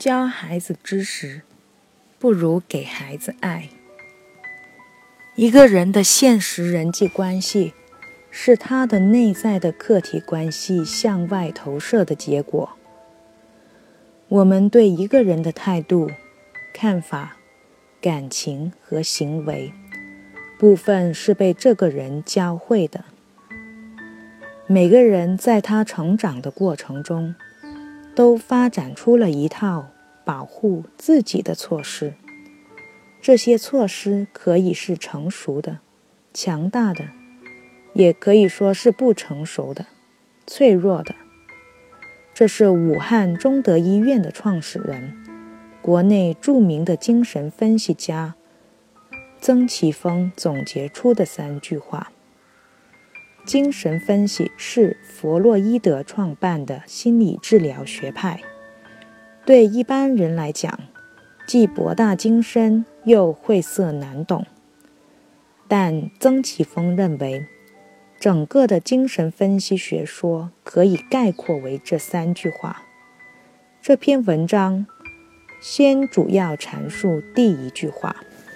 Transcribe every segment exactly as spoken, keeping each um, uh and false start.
教孩子知识，不如给孩子爱。一个人的现实人际关系，是他的内在的客体关系向外投射的结果。我们对一个人的态度、看法、感情和行为，部分是被这个人教会的。每个人在他成长的过程中，都发展出了一套保护自己的措施。这些措施可以是成熟的、强大的，也可以说是不成熟的、脆弱的。这是武汉中德医院的创始人、国内著名的精神分析家曾奇峰总结出的三句话。精神分析是弗洛伊德创办的心理治疗学派，对一般人来讲，既博大精深又晦涩难懂。但曾奇峰认为，整个的精神分析学说可以概括为这三句话。这篇文章先主要阐述第一句话。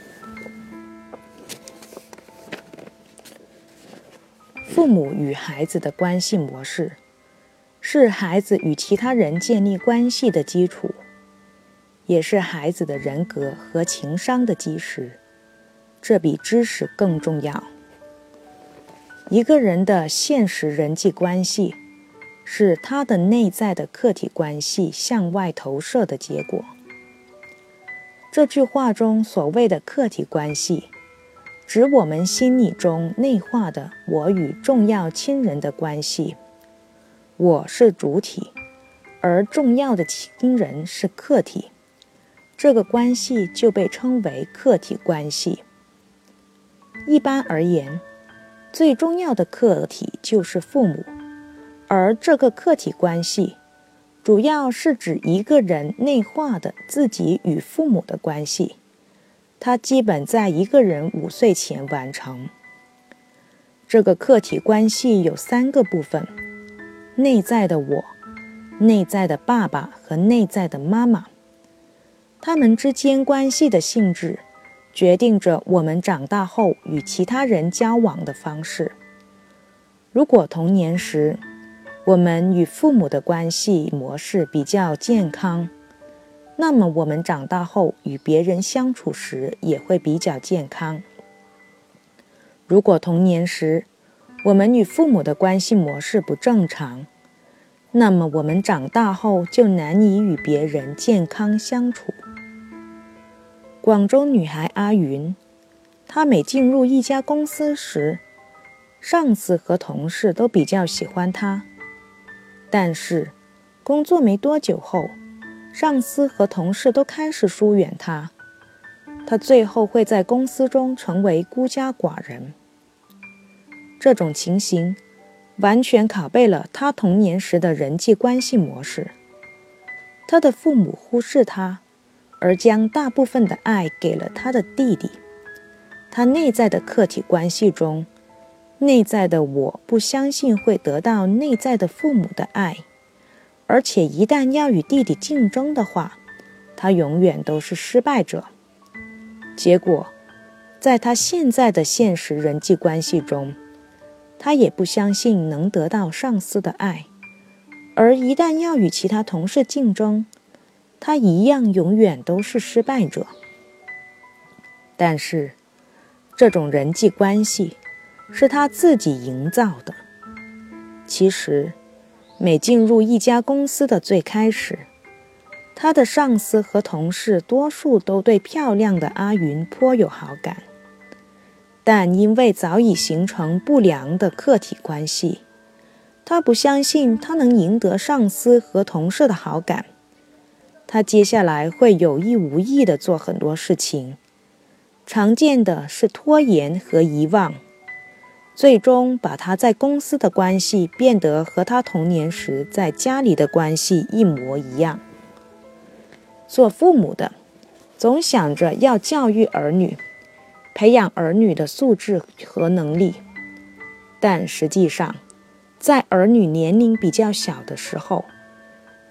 父母与孩子的关系模式，是孩子与其他人建立关系的基础，也是孩子的人格和情商的基石。这比知识更重要。一个人的现实人际关系，是他的内在的客体关系向外投射的结果。这句话中所谓的客体关系，指我们心理中内化的我与重要亲人的关系。我是主体，而重要的亲人是客体，这个关系就被称为客体关系。一般而言，最重要的客体就是父母，而这个客体关系主要是指一个人内化的自己与父母的关系，它基本在一个人五岁前完成。这个客体关系有三个部分：内在的我、内在的爸爸和内在的妈妈。他们之间关系的性质，决定着我们长大后与其他人交往的方式。如果童年时，我们与父母的关系模式比较健康，那么我们长大后与别人相处时也会比较健康。如果童年时我们与父母的关系模式不正常，那么我们长大后就难以与别人健康相处。广州女孩阿云，她每进入一家公司时，上司和同事都比较喜欢她，但是工作没多久后，上司和同事都开始疏远她，她最后会在公司中成为孤家寡人。这种情形完全拷贝了她童年时的人际关系模式。她的父母忽视她，而将大部分的爱给了她的弟弟。她内在的客体关系中，内在的我不相信会得到内在的父母的爱，而且一旦要与弟弟竞争的话，他永远都是失败者。结果，在他现在的现实人际关系中，他也不相信能得到上司的爱，而一旦要与其他同事竞争，他一样永远都是失败者。但是，这种人际关系是他自己营造的。其实，每进入一家公司的最开始，他的上司和同事多数都对漂亮的阿云颇有好感，但因为早已形成不良的客体关系，他不相信他能赢得上司和同事的好感。他接下来会有意无意地做很多事情，常见的是拖延和遗忘，最终把他在公司的关系变得和他童年时在家里的关系一模一样。做父母的总想着要教育儿女，培养儿女的素质和能力，但实际上，在儿女年龄比较小的时候，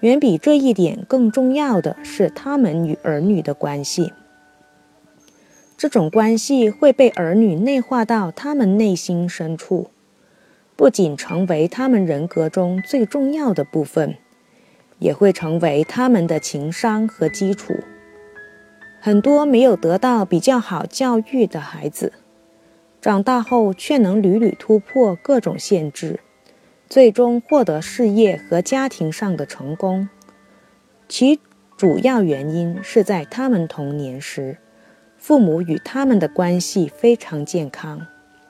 远比这一点更重要的是他们与儿女的关系。这种关系会被儿女内化到他们内心深处，不仅成为他们人格中最重要的部分，也会成为他们的情商和基础。很多没有得到比较好教育的孩子，长大后却能屡屡突破各种限制，最终获得事业和家庭上的成功。其主要原因是在他们童年时，父母与他们的关系非常健康。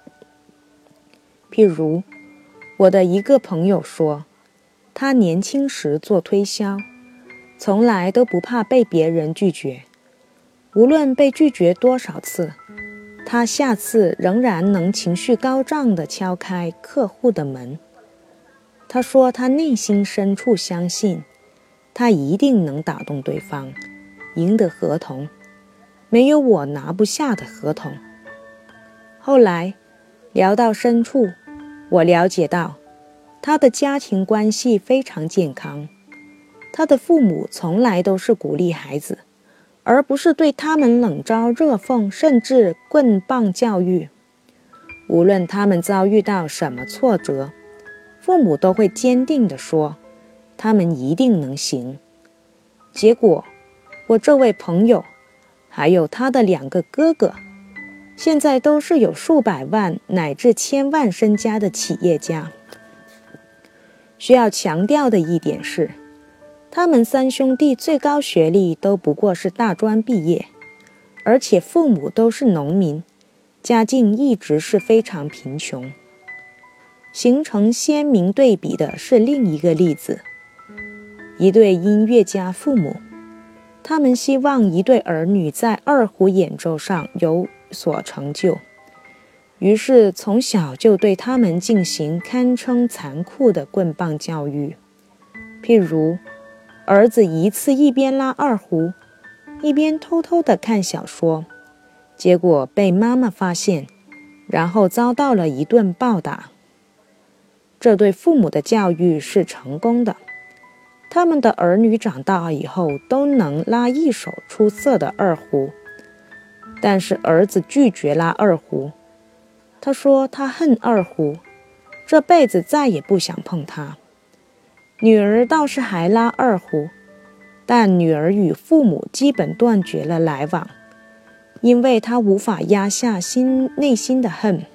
譬如，我的一个朋友说，他年轻时做推销，从来都不怕被别人拒绝，无论被拒绝多少次，他下次仍然能情绪高涨地敲开客户的门。他说他内心深处相信，他一定能打动对方，赢得合同，没有我拿不下的合同。后来聊到深处，我了解到他的家庭关系非常健康，他的父母从来都是鼓励孩子，而不是对他们冷嘲热讽，甚至棍棒教育。无论他们遭遇到什么挫折，父母都会坚定地说，他们一定能行。结果，我这位朋友还有他的两个哥哥，现在都是有数百万乃至千万身家的企业家。需要强调的一点是，他们三兄弟最高学历都不过是大专毕业，而且父母都是农民，家境一直是非常贫穷。形成鲜明对比的是另一个例子，一对音乐家父母，他们希望一对儿女在二胡演奏上有所成就，于是从小就对他们进行堪称残酷的棍棒教育。譬如，儿子一次一边拉二胡，一边偷偷地看小说，结果被妈妈发现，然后遭到了一顿暴打。这对父母的教育是成功的，他们的儿女长大以后都能拉一手出色的二胡。但是儿子拒绝拉二胡，他说他恨二胡，这辈子再也不想碰它。女儿倒是还拉二胡，但女儿与父母基本断绝了来往，因为她无法压下心内心的恨。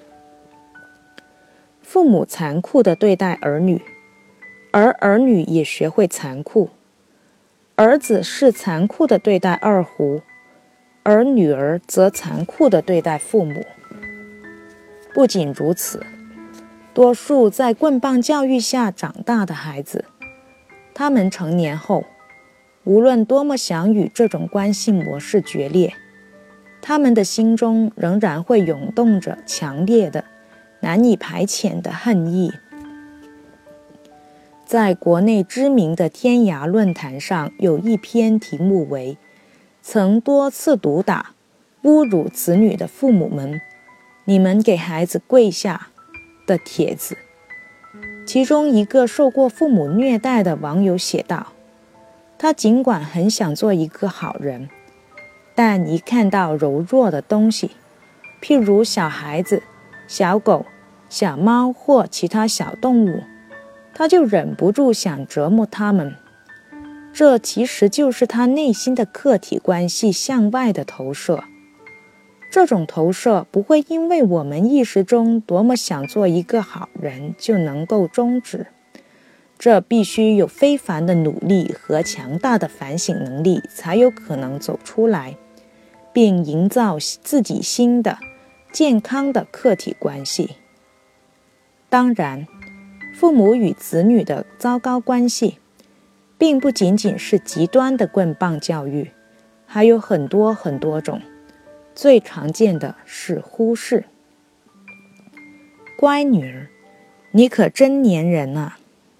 父母残酷地对待儿女，而儿女也学会残酷。儿子是残酷地对待二胡，而女儿则残酷地对待父母。不仅如此，多数在棍棒教育下长大的孩子，他们成年后，无论多么想与这种关系模式决裂，他们的心中仍然会涌动着强烈的、难以排遣的恨意。在国内知名的天涯论坛上，有一篇题目为“曾多次毒打、侮辱子女的父母们，你们给孩子跪下”的帖子。其中一个受过父母虐待的网友写道，他尽管很想做一个好人，但一看到柔弱的东西，譬如小孩子、小狗、小猫或其他小动物，他就忍不住想折磨他们。这其实就是他内心的客体关系向外的投射。这种投射不会因为我们意识中多么想做一个好人就能够终止，这必须有非凡的努力和强大的反省能力才有可能走出来，并营造自己新的健康的客体关系。当然，父母与子女的糟糕关系并不仅仅是极端的棍棒教育，还有很多很多种。最常见的是忽视。乖女儿，你可真粘人啊！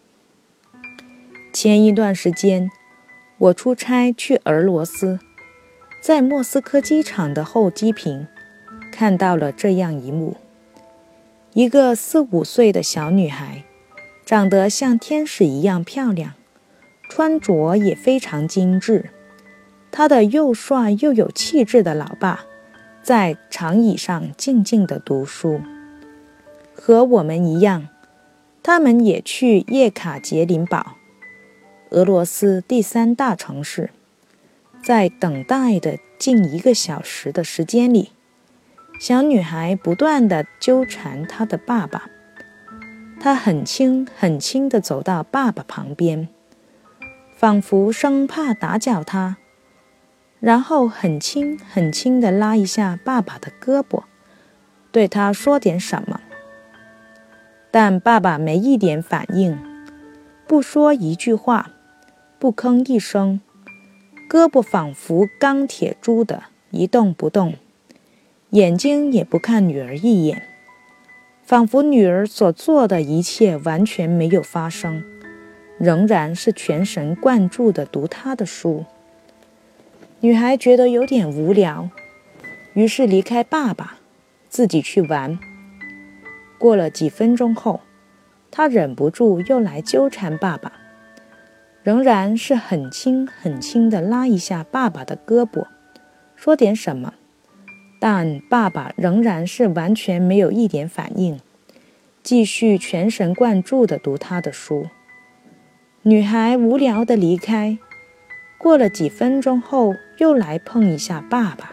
前一段时间，我出差去俄罗斯，在莫斯科机场的候机坪，看到了这样一幕：一个四五岁的小女孩，长得像天使一样漂亮， 穿着也非常精致。他的又帅又有气质的老爸在长椅上静静地读书。和我们一样，他们也去叶卡捷琳堡，俄罗斯第三大城市。在等待的近一个小时的时间里，小女孩不断地纠缠她的爸爸。她很轻很轻地走到爸爸旁边，仿佛生怕打搅他，然后很轻很轻地拉一下爸爸的胳膊，对他说点什么。但爸爸没一点反应，不说一句话，不吭一声，胳膊仿佛钢铁铸的一动不动，眼睛也不看女儿一眼，仿佛女儿所做的一切完全没有发生，仍然是全神贯注地读她的书。女孩觉得有点无聊，于是离开爸爸，自己去玩。过了几分钟后，她忍不住又来纠缠爸爸，仍然是很轻很轻地拉一下爸爸的胳膊，说点什么，但爸爸仍然是完全没有一点反应，继续全神贯注地读他的书。女孩无聊地离开，过了几分钟后又来碰一下爸爸。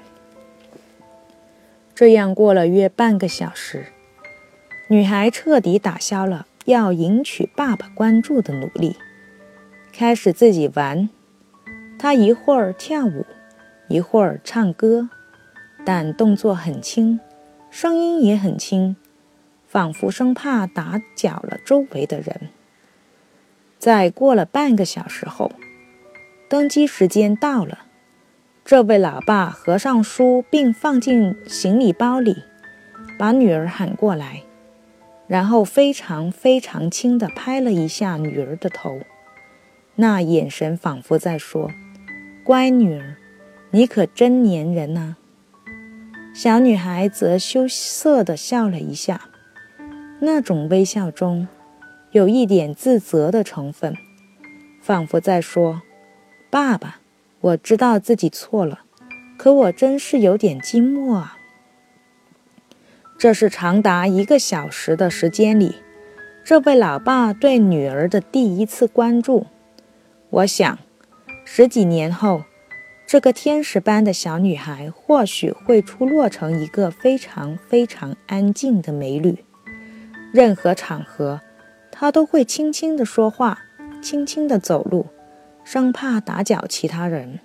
这样过了约半个小时，女孩彻底打消了要赢取爸爸关注的努力，开始自己玩。她一会儿跳舞，一会儿唱歌，但动作很轻，声音也很轻，仿佛生怕打搅了周围的人。在过了半个小时后，登机时间到了，这位老爸合上书并放进行李包里，把女儿喊过来，然后非常非常轻地拍了一下女儿的头，那眼神仿佛在说：乖女儿，你可真粘人啊。小女孩则羞涩地笑了一下，那种微笑中有一点自责的成分，仿佛在说：爸爸，我知道自己错了，可我真是有点寂寞啊。这是长达一个小时的时间里，这位老爸对女儿的第一次关注。我想，十几年后，这个天使般的小女孩或许会出落成一个非常非常安静的美女。任何场合，她都会轻轻地说话，轻轻地走路，生怕打搅其他人。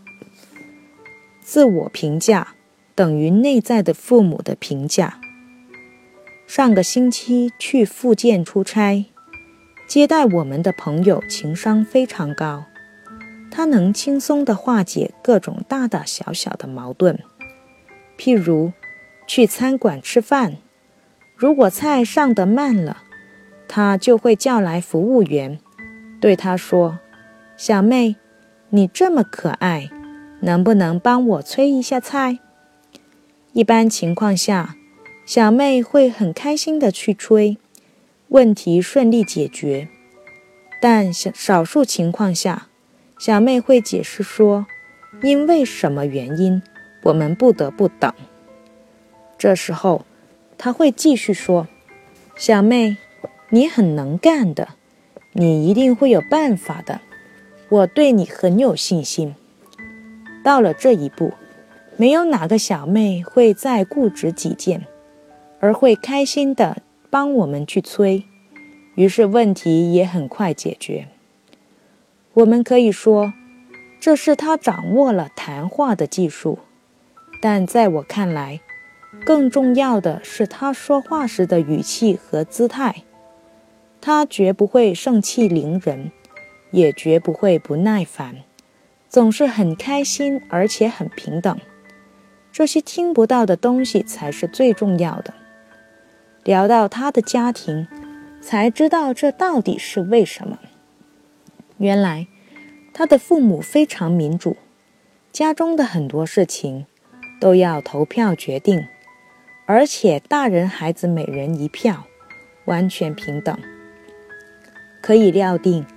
自我评价等于内在的父母的评价。上个星期去福建出差，接待我们的朋友情商非常高，他能轻松地化解各种大大小小的矛盾。譬如去餐馆吃饭，如果菜上得慢了，他就会叫来服务员，对他说：小妹，你这么可爱，能不能帮我催一下菜？一般情况下，小妹会很开心地去催，问题顺利解决。但少数情况下，小妹会解释说，因为什么原因，我们不得不等。这时候，她会继续说：小妹，你很能干的，你一定会有办法的，我对你很有信心。到了这一步，没有哪个小妹会再固执己见，而会开心地帮我们去催，于是问题也很快解决。我们可以说，这是他掌握了谈话的技术，但在我看来，更重要的是他说话时的语气和姿态。他绝不会盛气凌人，也绝不会不耐烦，总是很开心，而且很平等。这些听不到的东西才是最重要的。聊到他的家庭，才知道这到底是为什么。原来，他的父母非常民主，家中的很多事情都要投票决定，而且大人孩子每人一票，完全平等。可以料定，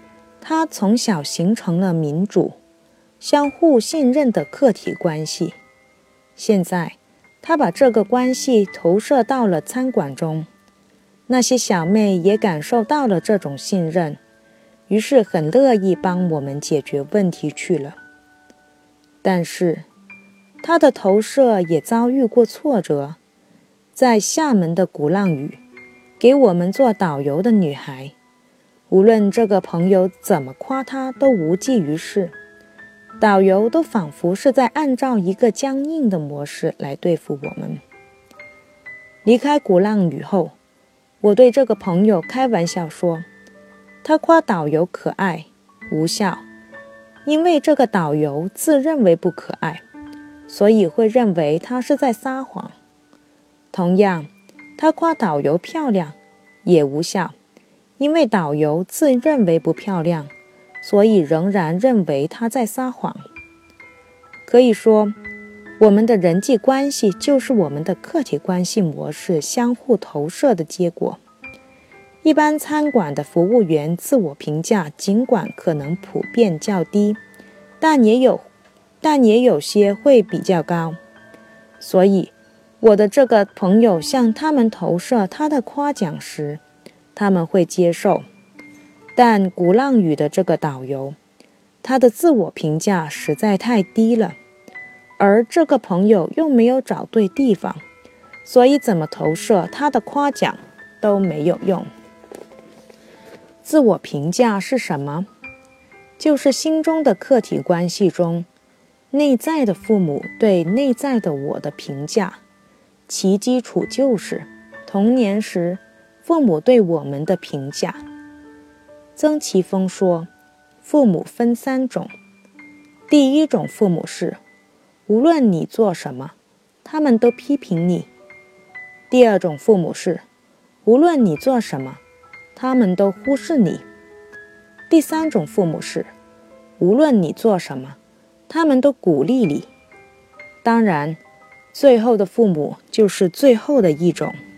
他从小形成了民主、相互信任的客体关系。现在，他把这个关系投射到了餐馆中，那些小妹也感受到了这种信任，于是很乐意帮我们解决问题去了。但是，他的投射也遭遇过挫折。在厦门的鼓浪屿，给我们做导游的女孩，无论这个朋友怎么夸她都无济于事，导游都仿佛是在按照一个僵硬的模式来对付我们。离开鼓浪屿后，我对这个朋友开玩笑说，他夸导游可爱无效，因为这个导游自认为不可爱，所以会认为他是在撒谎。同样，他夸导游漂亮也无效，因为导游自认为不漂亮，所以仍然认为他在撒谎。可以说，我们的人际关系就是我们的客体关系模式相互投射的结果。一般餐馆的服务员自我评价尽管可能普遍较低，但也有但也有些会比较高。所以我的这个朋友向他们投射他的夸奖时，他们会接受。但鼓浪屿的这个导游，他的自我评价实在太低了，而这个朋友又没有找对地方，所以怎么投射他的夸奖都没有用。自我评价是什么？就是心中的客体关系中，内在的父母对内在的我的评价，其基础就是童年时父母对我们的评价。曾奇峰说，父母分三种。第一种父母是，无论你做什么，他们都批评你。第二种父母是，无论你做什么，他们都忽视你。第三种父母是，无论你做什么，他们都鼓励你。当然，最后的父母就是最后的一种。